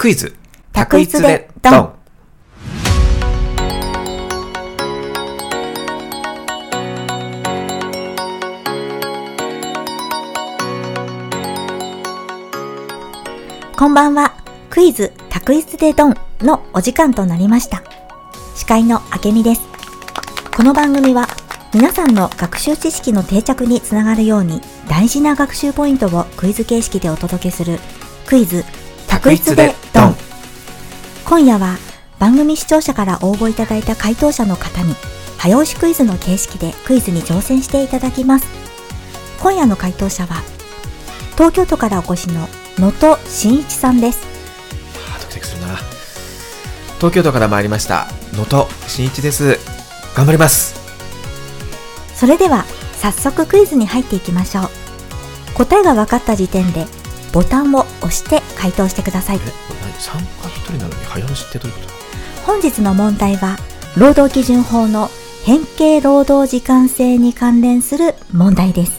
クイズ択一でドン。 こんばんは。クイズ択一でドンのお時間となりました。司会のあけみです。この番組は皆さんの学習知識の定着につながるように大事な学習ポイントをクイズ形式でお届けするクイズ択一でドン。今夜は番組視聴者から応募いただいた回答者の方に早押しクイズの形式でクイズに挑戦していただきます。今夜の回答者は東京都からお越しの能登真一さんです。 ドキドキするな。東京都から参りました能登真一です。頑張ります。 それでは早速クイズに入っていきましょう。答えが分かった時点でボタンを押して回答してください。 参加1人なのに早押しってどういうこと？ 本日の問題は労働基準法の変形労働時間制に関連する問題です。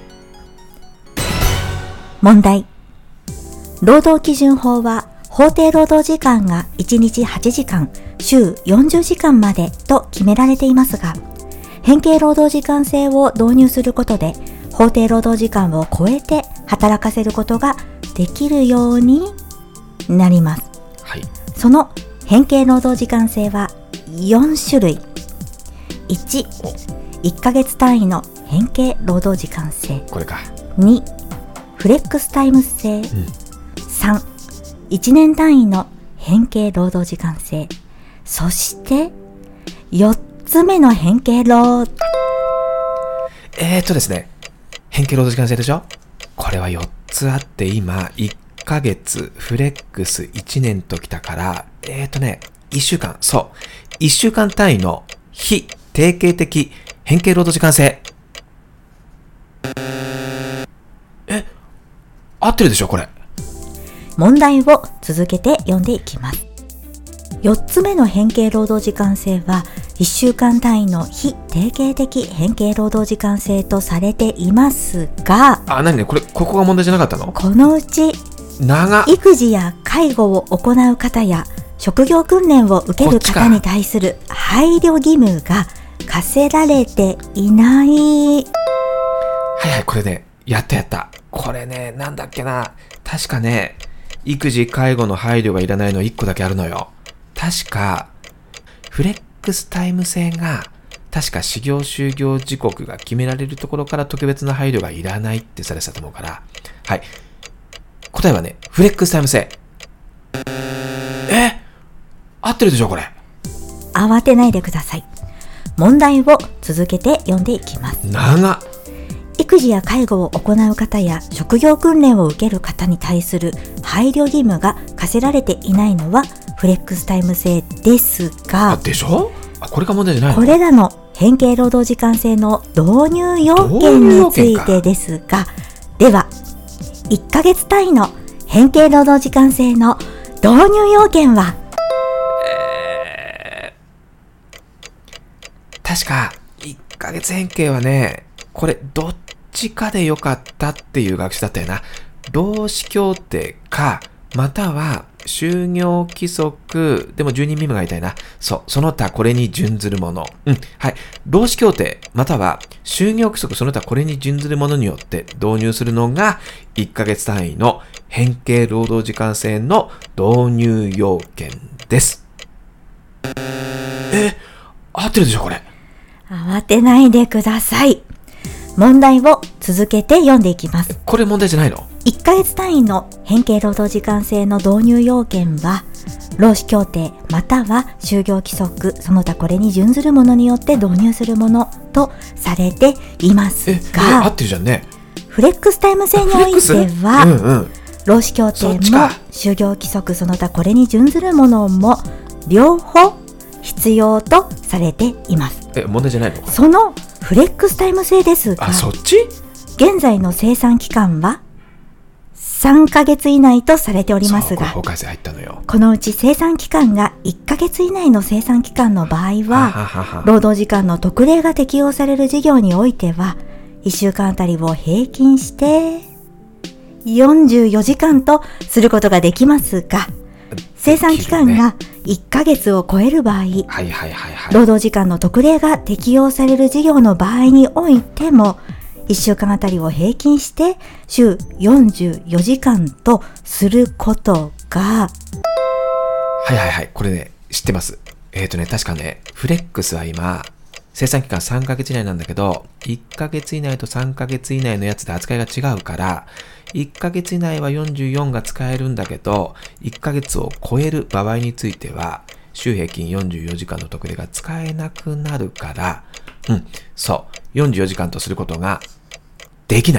問題。労働基準法は法定労働時間が1日8時間、週40時間までと決められていますが、変形労働時間制を導入することで法定労働時間を超えて働かせることができるようになります。 はい。 その変形労働時間制は4種類。1、1ヶ月単位の変形労働時間制。 これか。 2、フレックスタイム制。3、1年単位の変形労働時間制。そして4つ目の変形労ですね、変形労働時間制でしょ。これは4つあって今1ヶ月フレックス1年ときたから1週間、そう1週間単位の非定型的変形労働時間制。合ってるでしょこれ。 問題を続けて読んでいきます。4つ目の変形労働時間制は1週間単位の非定型的変形労働時間制とされていますが、 ここが問題じゃなかったの？ このうち育児や介護を行う方や職業訓練を受ける方に対する配慮義務が課せられていない。 これね、やった。これね、なんだっけな、確かね、育児介護の配慮がいらないの1個だけあるのよ。確かフレックスタイム制が確か始業就業時刻が決められるところから特別な配慮がいらないってされてたと思うから、はい、答えはね、フレックスタイム制。合ってるでしょこれ。 慌てないでください。問題を続けて読んでいきます。育児や介護を行う方や職業訓練を受ける方に対する配慮義務が課せられていないのはフレックスタイム制ですが、 でしょ？これが問題じゃないの？ これらの変形労働時間制の導入要件についてですが、では1ヶ月単位の変形労働時間制の導入要件は、 確か1ヶ月変形はね、これどっちかでよかったっていう学習だったよな。労使協定か、または就業規則でも10人未満がいたいな。その他これに準ずるもの。労使協定または就業規則その他これに準ずるものによって導入するのが1ヶ月単位の変形労働時間制の導入要件です。合ってるでしょこれ。 慌てないでください。問題を続けて読んでいきます。 これ問題じゃないの ？1ヶ月単位の変形労働時間制の導入要件は、労使協定または就業規則その他これに準ずるものによって導入するものとされていますが、 合ってるじゃんね。 フレックスタイム制においては、労使協定も就業規則その他これに準ずるものも両方必要とされています。 問題じゃないの？ そのフレックスタイム制ですが、 そっち？ 現在の生産期間は3ヶ月以内とされておりますが、 法改正入ったのよ。 このうち生産期間が1ヶ月以内の生産期間の場合は、労働時間の特例が適用される事業においては、1週間あたりを平均して44時間とすることができますが、 生産期間が1ヶ月を超える場合、 はいはいはいはい。 労働時間の特例が適用される事業の場合においても、1週間あたりを平均して週44時間とすることが、 はいはいはい。これね、知ってます。確かね、フレックスは今、生産期間3ヶ月以内なんだけど、1ヶ月以内と3ヶ月以内のやつで扱いが違うから、1ヶ月以内は44が使えるんだけど、1ヶ月を超える場合については、週平均44時間の特例が使えなくなるから、そう、44時間とすることができない。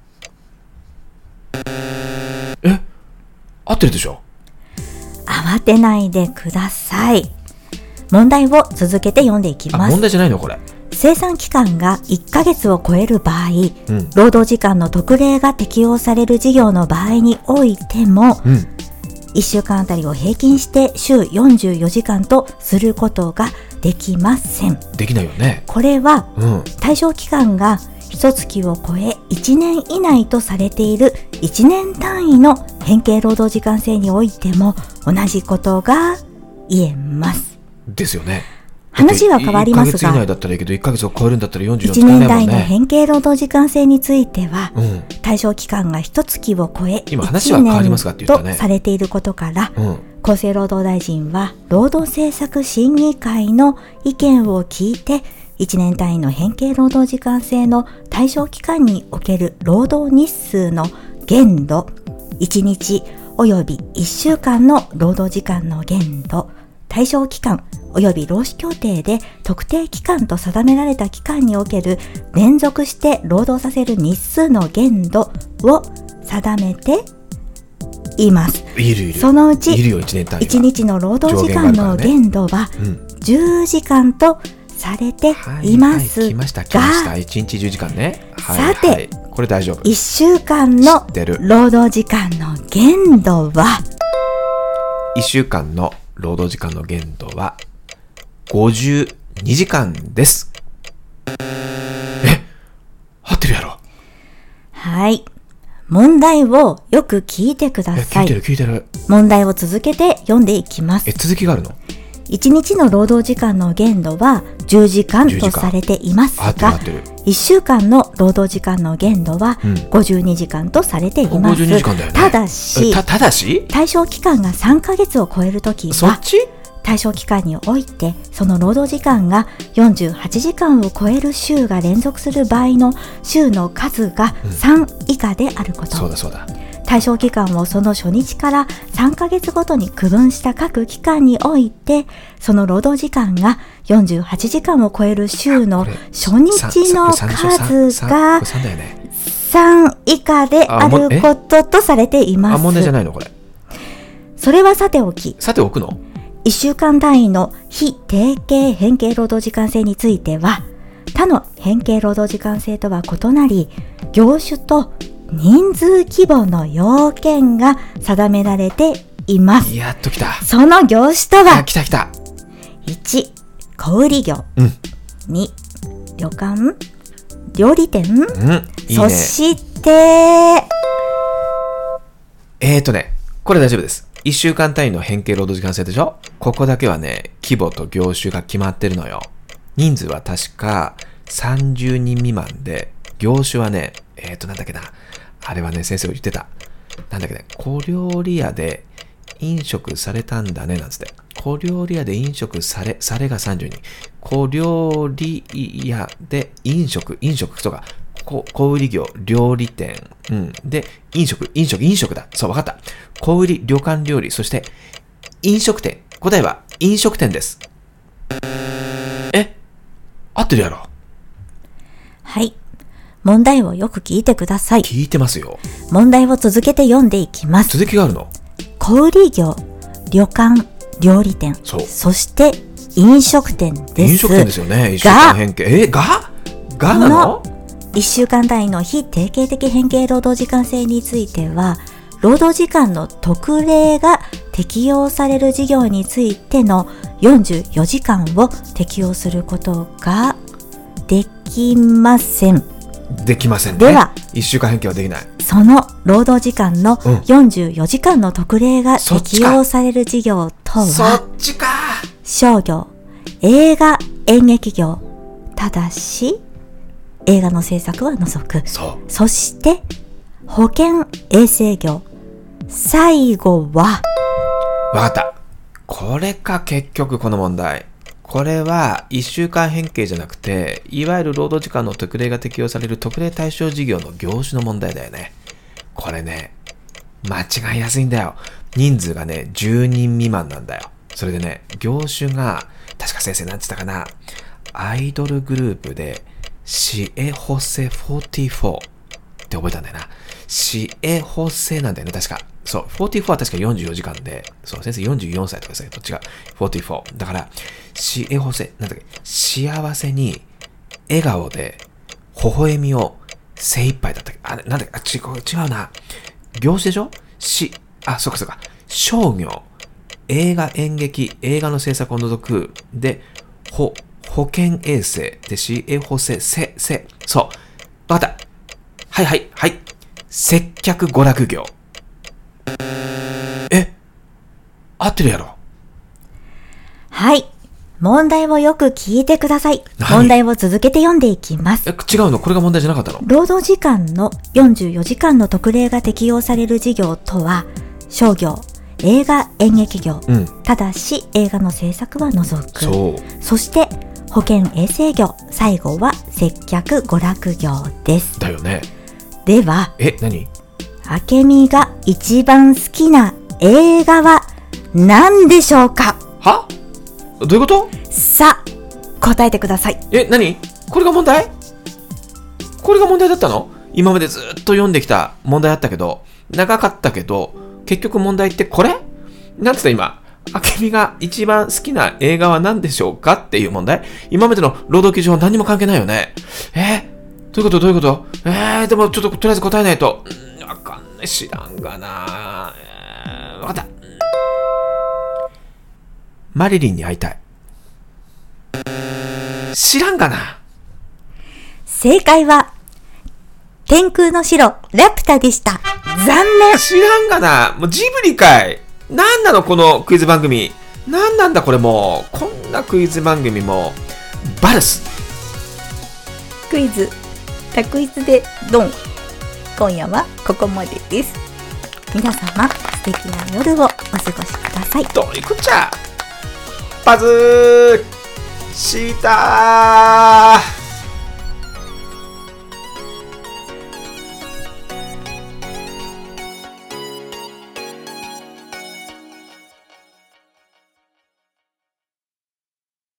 合ってるでしょ？ 慌てないでください。問題を続けて読んでいきます。 問題じゃないのこれ。 生産期間が1ヶ月を超える場合、労働時間の特例が適用される事業の場合においても、1週間あたりを平均して週44時間とすることができません。 できないよね。 これは、対象期間が1月を超え1年以内とされている1年単位の変形労働時間制においても同じことが言えます。 ですよね。 話は変わりますが、 1ヶ月以内だったらいいけど1ヶ月を超えるんだったら44 使えないもんね。1年単位の変形労働時間制については、対象期間が1月を超え今話は変わりますかって言ったね。 とされていることから、厚生労働大臣は労働政策審議会の意見を聞いて1年単位の変形労働時間制の対象期間における労働日数の限度、1日および1週間の労働時間の限度、対象期間および労使協定で特定期間と定められた期間における連続して労働させる日数の限度を定めています。そのうち1日の労働時間の限度は10時間とされていますが、 来ました1日10時間ね。 さて、 これ大丈夫。 1週間の労働時間の限度は 1週間の労働時間の限度は52時間です。合ってるやろ。 はい。問題をよく聞いてください。 聞いてる。 問題を続けて読んでいきます。 続きがあるの ？1日の労働時間の限度は10時間とされていますが、1週間の労働時間の限度は52時間とされています。 52時間だよね。 ただし、対象期間が3ヶ月を超えるときは、対象期間においてその労働時間が48時間を超える週が連続する場合の週の数が3以下であること。 そうだ。 対象期間をその初日から3ヶ月ごとに区分した各期間において、その労働時間が48時間を超える週の初日の数が3以下であることとされています。 問題じゃないのこれ。 それはさておき。 さておくの 1週間単位の非定型変形労働時間制については、他の変形労働時間制とは異なり、業種と人数規模の要件が定められています。 やっと来た。 その業種とは、 来た。 1、小売業。2、旅館、料理店。いいね。そして、 これ大丈夫です。1週間単位の変形労働時間制でしょ？ここだけはね、規模と業種が決まってるのよ。人数は確か30人未満で、業種はね、なんだっけな。あれはね、先生が言ってた。なんだっけね、小料理屋で飲食されたんだね、なんつって。小料理屋で飲食されが30人。小料理屋で飲食とか、小売業、料理店、で、飲食だ。そう、わかった。小売、旅館料理、そして、飲食店。答えは、飲食店です。合ってるやろ。 はい。問題をよく聞いてください。 聞いてますよ。 問題を続けて読んでいきます。 続きがあるの？ 小売業、旅館、料理店、そして飲食店です。 飲食店ですよね。1週間変形。がなの ？1週間単位の非定型的変形労働時間制については、労働時間の特例が適用される事業についての44時間を適用することができません。 できませんね。 では、 1週間変形はできない。 その労働時間の44時間の特例が適用される事業とは、 そっちか。 商業、映画、演劇業。ただし、映画の制作は除く。そして、保健衛生業。最後は、 わかった。これか、結局この問題。これは1週間変形じゃなくて、いわゆる労働時間の特例が適用される特例対象事業の業種の問題だよね。これね、間違いやすいんだよ。人数がね、10人未満なんだよ。それでね、業種が、確か先生なんて言ったかな、アイドルグループで、シエホセ44って覚えたんだよな。シエホセなんだよね、確か。そう、44は確か44時間で、そう、先生44歳とかですね、どっちが44。だから、シエホセ、なんだっけ、幸せに、笑顔で、微笑みを精一杯だったっけ。あれ、なんだっけ、違うな。業種でしょ。そうか。商業、映画、演劇、映画の制作を除く、で、保健衛生、で、シエホセ、そう。わかった。はい。接客娯楽業。合ってるやろ。 はい。問題をよく聞いてください。問題を続けて読んでいきます。 違うの？これが問題じゃなかったの？ 労働時間の44時間の特例が適用される事業とは、商業、映画、演劇業。ただし、映画の制作は除く。そして、保健衛生業。最後は、接客娯楽業です。 だよね。 では、 何？ あけみが一番好きな映画は何でしょうか？ は？どういうこと？ さあ、答えてください。 何？これが問題？これが問題だったの？今までずっと読んできた問題あったけど、長かったけど、結局問題ってこれ？なんつった今。あけみが一番好きな映画は何でしょうかっていう問題？今までの労働基準は何にも関係ないよね。どういうこと？でもちょっととりあえず答えないと。わかんない。知らんがな。わかった。マリリンに会いたい。知らんがな。 正解は、天空の城ラピュタでした。残念。 知らんがな。もうジブリかい。なんなのこのクイズ番組。なんなんだこれもう。こんなクイズ番組もバルス。 クイズ択一でドン。今夜はここまでです。皆様素敵な夜をお過ごしください。 どういくっちゃ。パズーしたー。